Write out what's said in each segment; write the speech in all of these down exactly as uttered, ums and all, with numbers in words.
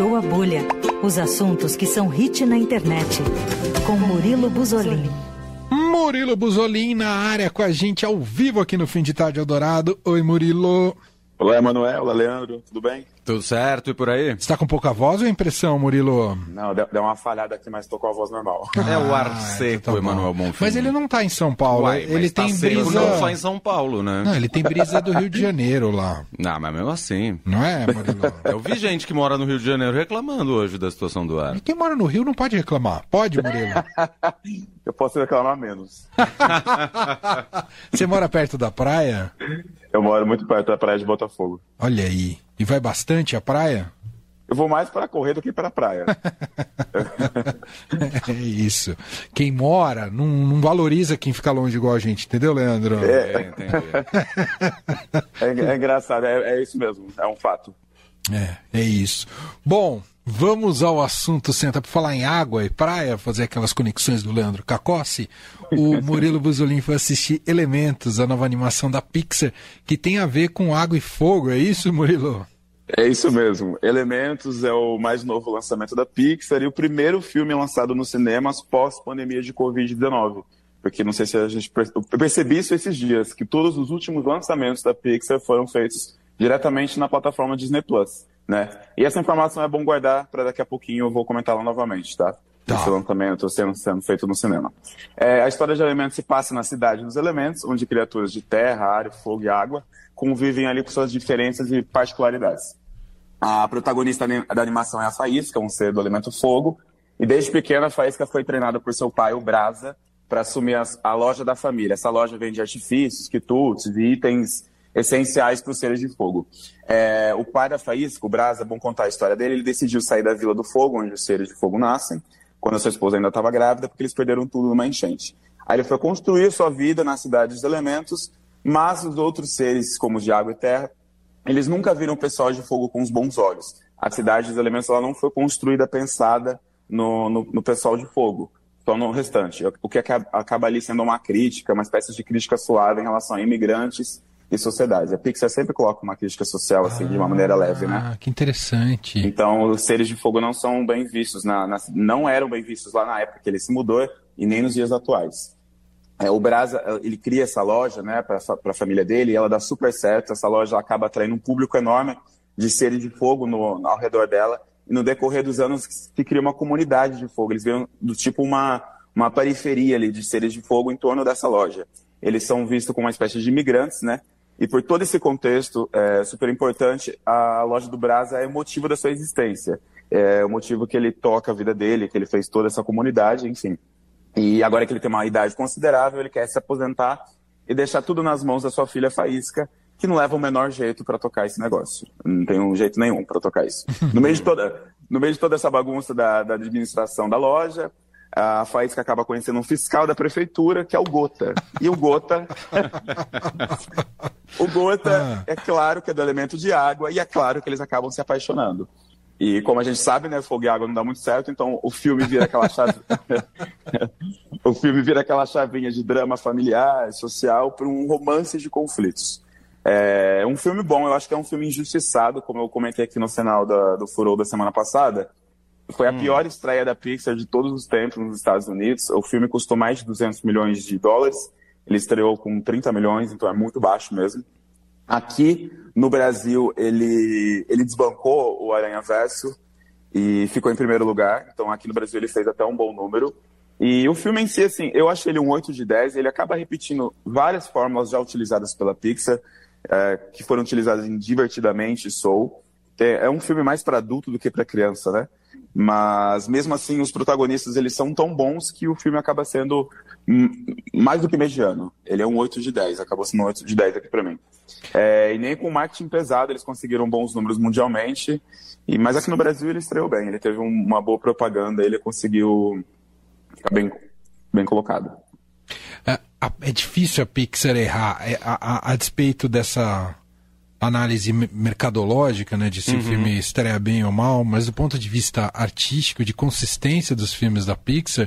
Estourou a Bolha. Os assuntos que são hit na internet. Com Murilo Buzolin. Murilo Buzolin na área com a gente ao vivo aqui no Fim de Tarde Eldorado. Oi, Murilo. Olá, Emanuel. Olá, Leandro. Tudo bem? Tudo certo, e por aí? Você tá com pouca voz ou impressão, Murilo? Não, deu, deu uma falhada aqui, mas tô com a voz normal. Ah, é o ar então seco, tá Emanuel Bonfim. Mas ele não tá em São Paulo, Uai, ele tá tem seco brisa... não só em São Paulo, né? Não, ele tem brisa do Rio de Janeiro lá. Não, mas mesmo assim. Não é, Murilo? Eu vi gente que mora no Rio de Janeiro reclamando hoje da situação do ar. E quem mora no Rio não pode reclamar. Pode, Murilo? Eu posso reclamar menos. Você mora perto da praia? Eu moro muito perto da praia de Botafogo. Olha aí. E vai bastante à praia? Eu vou mais para correr do que para a praia. É isso. Quem mora não, não valoriza quem fica longe igual a gente, entendeu, Leandro? É, é, é engraçado, é, é isso mesmo, é um fato. É, é isso. Bom, vamos ao assunto central. Para falar em água e praia, fazer aquelas conexões do Leandro Cacossi. O Murilo Buzolin foi assistir Elementos, a nova animação da Pixar, que tem a ver com água e fogo, é isso, Murilo? É isso mesmo. Elementos é o mais novo lançamento da Pixar e o primeiro filme lançado nos cinemas pós-pandemia de covid dezenove. Porque não sei se a gente... Eu percebi isso esses dias, que todos os últimos lançamentos da Pixar foram feitos diretamente na plataforma Disney Plus, né? E essa informação é bom guardar para daqui a pouquinho eu vou comentar lá novamente, tá? Tá. Esse lançamento sendo, sendo feito no cinema. É, a história de Elementos se passa na cidade dos elementos, onde criaturas de terra, ar, fogo e água convivem ali com suas diferenças e particularidades. A protagonista da animação é a Faísca, um ser do elemento fogo, e desde pequena a Faísca foi treinada por seu pai, o Brasa, para assumir a, a loja da família. Essa loja vende artifícios, quitutes e itens essenciais para os seres de fogo. É, o pai da Faísca, o Brasa, é bom contar a história dele, ele decidiu sair da Vila do Fogo, onde os seres de fogo nascem, quando a sua esposa ainda estava grávida, porque eles perderam tudo numa enchente. Aí ele foi construir sua vida na cidade dos elementos, mas os outros seres, como os de água e terra, eles nunca viram o pessoal de fogo com os bons olhos. A cidade dos elementos ela não foi construída pensada no, no, no pessoal de fogo, só no restante. O que acaba, acaba ali sendo uma crítica, uma espécie de crítica suave em relação a imigrantes e sociedades. A Pixar sempre coloca uma crítica social assim, ah, de uma maneira leve, né? Ah, que interessante. Então, os seres de fogo não são bem vistos, na, na, não eram bem vistos lá na época que ele se mudou e nem nos dias atuais. É, o Brasa, ele cria essa loja, né, para a família dele, e ela dá super certo. Essa loja acaba atraindo um público enorme de seres de fogo no, ao redor dela. E no decorrer dos anos se cria uma comunidade de fogo. Eles viram do tipo uma, uma periferia ali de seres de fogo em torno dessa loja. Eles são vistos como uma espécie de imigrantes, né? E por todo esse contexto é, super importante, a loja do Brasa é o motivo da sua existência. É o motivo que ele toca a vida dele, que ele fez toda essa comunidade, enfim. E agora que ele tem uma idade considerável, ele quer se aposentar e deixar tudo nas mãos da sua filha Faísca, que não leva o menor jeito para tocar esse negócio. Não tem um jeito nenhum para tocar isso. No meio de toda, no meio de toda essa bagunça da, da administração da loja, a Faísca acaba conhecendo um fiscal da prefeitura, que é o Gota. E o Gota... o Gota, é claro que é do elemento de água, e é claro que eles acabam se apaixonando. E como a gente sabe, né, fogo e água não dá muito certo, então o filme vira aquela chave... o filme vira aquela chavinha de drama familiar, social, para um romance de conflitos. É um filme bom, eu acho que é um filme injustiçado, como eu comentei aqui no final da, do Furou da semana passada. Foi a hum. pior estreia da Pixar de todos os tempos nos Estados Unidos. O filme custou mais de duzentos milhões de dólares, ele estreou com trinta milhões, então é muito baixo mesmo. Aqui no Brasil, ele, ele desbancou o Aranhaverso e ficou em primeiro lugar. Então aqui no Brasil ele fez até um bom número. E o filme em si, assim, eu achei ele um oito de dez. Ele acaba repetindo várias fórmulas já utilizadas pela Pixar, é, que foram utilizadas em Divertidamente e Soul. É, é um filme mais para adulto do que para criança, né? Mas mesmo assim, os protagonistas eles são tão bons que o filme acaba sendo mais do que mediano. Ele é um oito de dez, acabou sendo um oito de dez aqui para mim. É, e nem com marketing pesado eles conseguiram bons números mundialmente, e, mas aqui no Brasil ele estreou bem, ele teve um, uma boa propaganda, ele conseguiu ficar bem, bem colocado. É, é difícil a Pixar errar, é, a, a, a despeito dessa análise mercadológica, né, de se uhum. o filme estreia bem ou mal, mas do ponto de vista artístico, de consistência dos filmes da Pixar,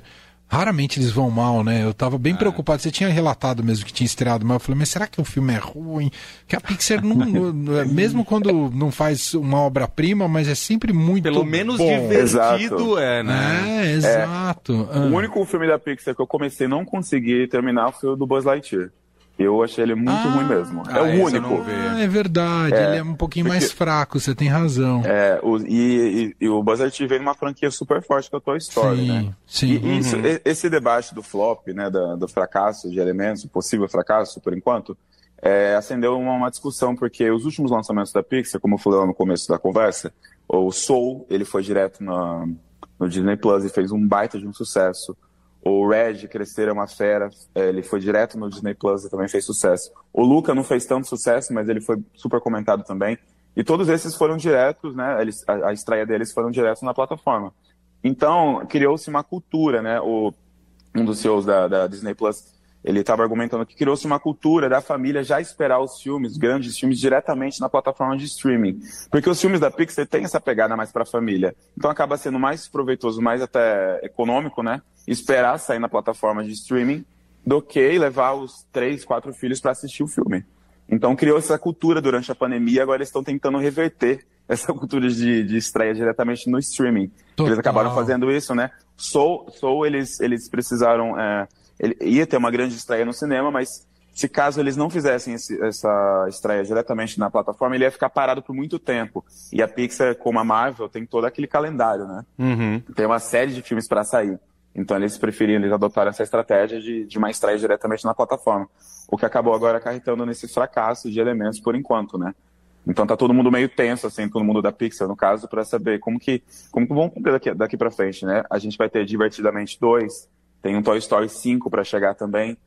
raramente eles vão mal, né? Eu tava bem é. preocupado, você tinha relatado mesmo que tinha estreado, mas eu falei, mas será que o filme é ruim? Que a Pixar, não, não, mesmo quando não faz uma obra-prima, mas é sempre muito Pelo menos bom. divertido Exato. é, né? É, exato. É. Ah. O único filme da Pixar que eu comecei e não consegui terminar foi o do Buzz Lightyear. Eu achei ele muito ah, ruim mesmo. É ah, o único. Ah, é verdade, é, ele é um pouquinho porque, mais fraco, você tem razão. É, o, e, e, e o Buzz Lightyear vem numa franquia super forte que é o Toy Story, sim, né? Sim. E Uhum. isso, esse debate do flop, né, do, do fracasso de elementos, o possível fracasso, por enquanto, é, acendeu uma, uma discussão, porque os últimos lançamentos da Pixar, como eu falei lá no começo da conversa, o Soul, ele foi direto na, no Disney Plus e fez um baita de um sucesso. O Red, Crescer é uma Fera, ele foi direto no Disney Plus e também fez sucesso. O Luca não fez tanto sucesso, mas ele foi super comentado também. E todos esses foram diretos, né? Eles, a, a estreia deles foram diretos na plataforma. Então, criou-se uma cultura, né? O, um dos C E Os da, da Disney Plus, ele estava argumentando que criou-se uma cultura da família já esperar os filmes, grandes filmes, diretamente na plataforma de streaming. Porque os filmes da Pixar têm essa pegada mais para a família. Então acaba sendo mais proveitoso, mais até econômico, né? Esperar sair na plataforma de streaming do que levar os três, quatro filhos para assistir o filme. Então criou essa cultura durante a pandemia, agora eles estão tentando reverter essa cultura de, de estreia diretamente no streaming. Total. Eles acabaram fazendo isso, né? Soul, Soul eles, eles precisaram... É, ele ia ter uma grande estreia no cinema, mas se caso eles não fizessem esse, essa estreia diretamente na plataforma, ele ia ficar parado por muito tempo. E a Pixar, como a Marvel, tem todo aquele calendário, né? Uhum. Tem uma série de filmes para sair. Então eles preferiam, eles adotaram essa estratégia de, de uma estreia diretamente na plataforma. O que acabou agora acarretando nesse fracasso de elementos por enquanto, né? Então tá todo mundo meio tenso, assim, todo mundo da Pixar, no caso, para saber como que, como que vão cumprir daqui, daqui para frente, né? A gente vai ter Divertidamente dois, tem um Toy Story cinco para chegar também.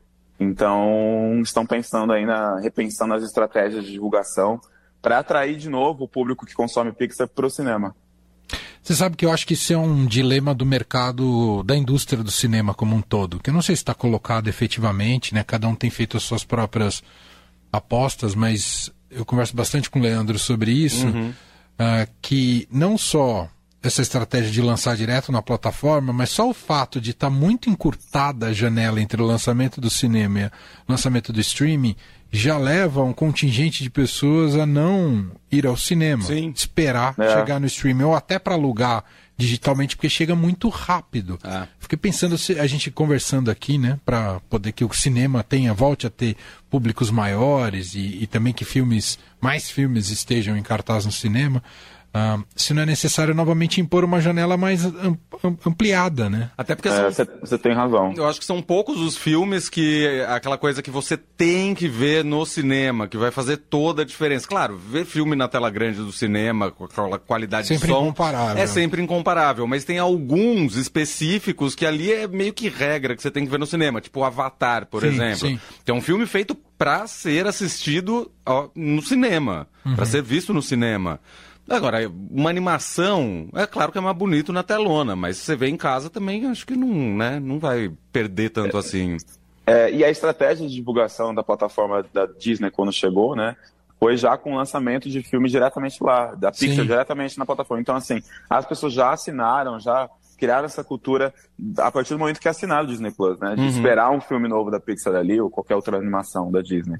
Então estão pensando aí, na, repensando as estratégias de divulgação para atrair de novo o público que consome Pixar para o cinema. Você sabe que eu acho que isso é um dilema do mercado, da indústria do cinema como um todo, que eu não sei se está colocado efetivamente, né? Cada um tem feito as suas próprias apostas, mas eu converso bastante com o Leandro sobre isso, uhum. uh, que não só essa estratégia de lançar direto na plataforma, mas só o fato de estar tá muito encurtada a janela entre o lançamento do cinema e o lançamento do streaming já leva um contingente de pessoas a não ir ao cinema, Sim. esperar é. chegar no streaming, ou até para alugar digitalmente, porque chega muito rápido. É. Fiquei pensando, se a gente conversando aqui, né, para poder que o cinema tenha, volte a ter públicos maiores e, e também que filmes, mais filmes estejam em cartaz no cinema. Uh, se não é necessário novamente impor uma janela mais ampliada, né? Até porque você é, tem razão. Eu acho que são poucos os filmes que aquela coisa que você tem que ver no cinema, que vai fazer toda a diferença. Claro, ver filme na tela grande do cinema com aquela qualidade sempre de som incomparável. É sempre incomparável, mas tem alguns específicos que ali é meio que regra que você tem que ver no cinema, tipo o Avatar, por sim, exemplo. Sim. Que é um filme feito para ser assistido ó, no cinema, uhum. para ser visto no cinema. Agora, uma animação, é claro que é mais bonito na telona, mas se você vê em casa também, acho que não, né, não vai perder tanto é, assim. É, e a estratégia de divulgação da plataforma da Disney quando chegou, né, foi já com o lançamento de filmes diretamente lá, da Pixar Sim. diretamente na plataforma. Então, assim, as pessoas já assinaram, já criaram essa cultura a partir do momento que assinaram o Disney Plus, né, de uhum. esperar um filme novo da Pixar ali ou qualquer outra animação da Disney.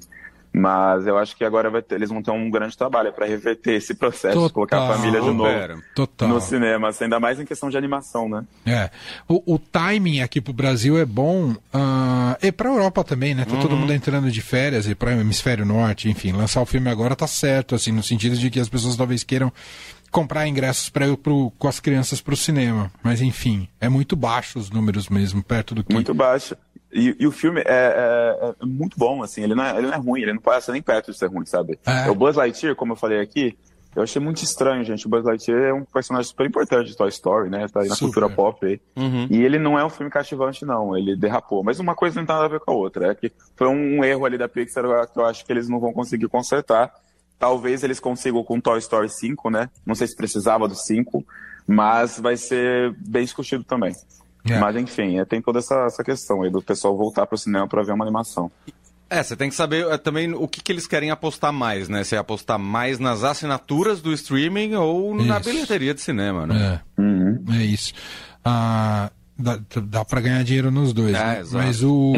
Mas eu acho que agora vai ter, eles vão ter um grande trabalho para reverter esse processo, Total, de colocar a família de novo Total. no cinema, assim, ainda mais em questão de animação, né? É. O, o timing aqui pro Brasil é bom, uh, e pra Europa também, né? Tá uhum. todo mundo entrando de férias, e para o hemisfério norte, enfim, lançar o filme agora tá certo, assim, no sentido de que as pessoas talvez queiram comprar ingressos para ir pro, com as crianças pro cinema. Mas, enfim, é muito baixo os números mesmo, perto do que... Muito baixo. E, e o filme é, é, é muito bom, assim, ele não é, ele não é ruim, ele não passa nem perto de ser ruim, sabe? É. O Buzz Lightyear, como eu falei aqui, eu achei muito estranho, gente. O Buzz Lightyear é um personagem super importante de Toy Story, né? Tá aí na super. cultura pop aí. Uhum. E ele não é um filme cativante, não. Ele derrapou. Mas uma coisa não tem nada a ver com a outra. É que foi um erro ali da Pixar que eu acho que eles não vão conseguir consertar. Talvez eles consigam com Toy Story cinco, né? Não sei se precisava do cinco, mas vai ser bem discutido também. É. Mas enfim, tem toda essa, essa questão aí do pessoal voltar pro cinema para ver uma animação. É, você tem que saber é, também o que, que eles querem apostar mais, né? Se é apostar mais nas assinaturas do streaming ou isso. na bilheteria de cinema, né? É, uhum. é isso. Ah, dá, dá para ganhar dinheiro nos dois. É, né? exato. Mas o...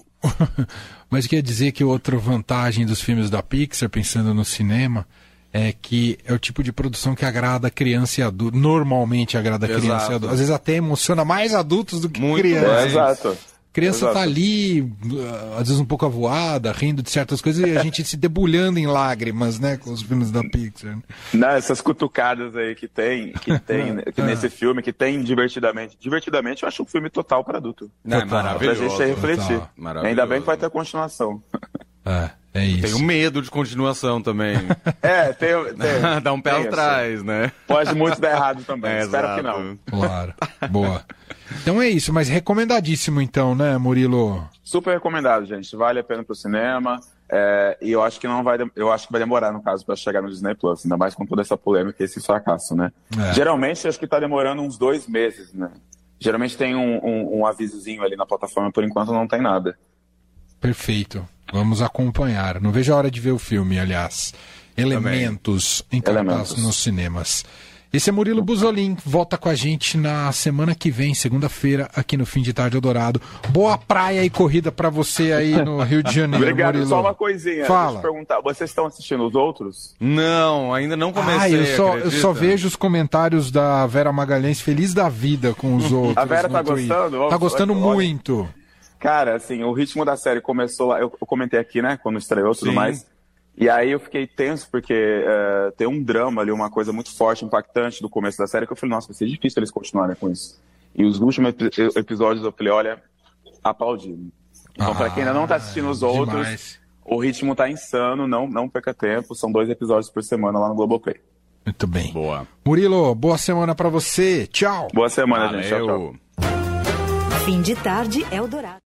Mas quer dizer que outra vantagem dos filmes da Pixar, pensando no cinema, é que é o tipo de produção que agrada criança e adulto. Normalmente agrada Exato. criança e adulto. Às vezes até emociona mais adultos do que Muito crianças. É, exato. Criança Exato. tá ali, às vezes um pouco avoada, rindo de certas coisas, e a gente se debulhando em lágrimas, né, com os filmes da Pixar. Não, essas cutucadas aí que tem, que tem que nesse filme, que tem Divertidamente. Divertidamente eu acho um filme total para adulto. Não, é Total. maravilhoso. Pra gente refletir. Total. Ainda bem que vai ter continuação. É, é isso. Tenho medo de continuação também. É, tem. tem Dá um pé tem, atrás, assim. né? Pode muito dar errado também. É, Espero exato. que não. Claro, boa. Então é isso, mas recomendadíssimo então, né, Murilo? Super recomendado, gente. Vale a pena pro cinema. É, e eu acho que não vai. Eu acho que vai demorar, no caso, para chegar no Disney Plus, ainda mais com toda essa polêmica e esse fracasso, né? É. Geralmente acho que tá demorando uns dois meses, né? Geralmente tem um, um, um avisozinho ali na plataforma, por enquanto não tem nada. Perfeito. Vamos acompanhar. Não vejo a hora de ver o filme, aliás. Elementos em cartaz Elementos. nos cinemas. Esse é Murilo Buzolin. Volta com a gente na semana que vem, segunda-feira, aqui no Fim de Tarde Eldorado. Boa praia e corrida pra você aí no Rio de Janeiro, Obrigado. Murilo. Só uma coisinha. Fala. Deixa eu perguntar. Vocês estão assistindo os outros? Não, ainda não comecei. Ah, eu só, eu acredita? só vejo os comentários da Vera Magalhães feliz da vida com os outros. A Vera no tá Twitter. gostando? Tá gostando Olha- muito. Cara, assim, o ritmo da série começou lá. Eu, eu comentei aqui, né? Quando estreou e tudo Sim. mais. E aí eu fiquei tenso, porque é, tem um drama ali, uma coisa muito forte, impactante do começo da série, que eu falei, nossa, vai ser difícil eles continuarem com isso. E os últimos epi- episódios eu falei, olha, aplaudindo. Então, pra quem ainda não tá assistindo os outros, demais. o ritmo tá insano, não, não perca tempo. São dois episódios por semana lá no Globoplay. Muito bem. Boa. Murilo, boa semana pra você. Tchau. Boa semana, gente. Tchau, tchau. Valeu. Fim de Tarde Eldorado.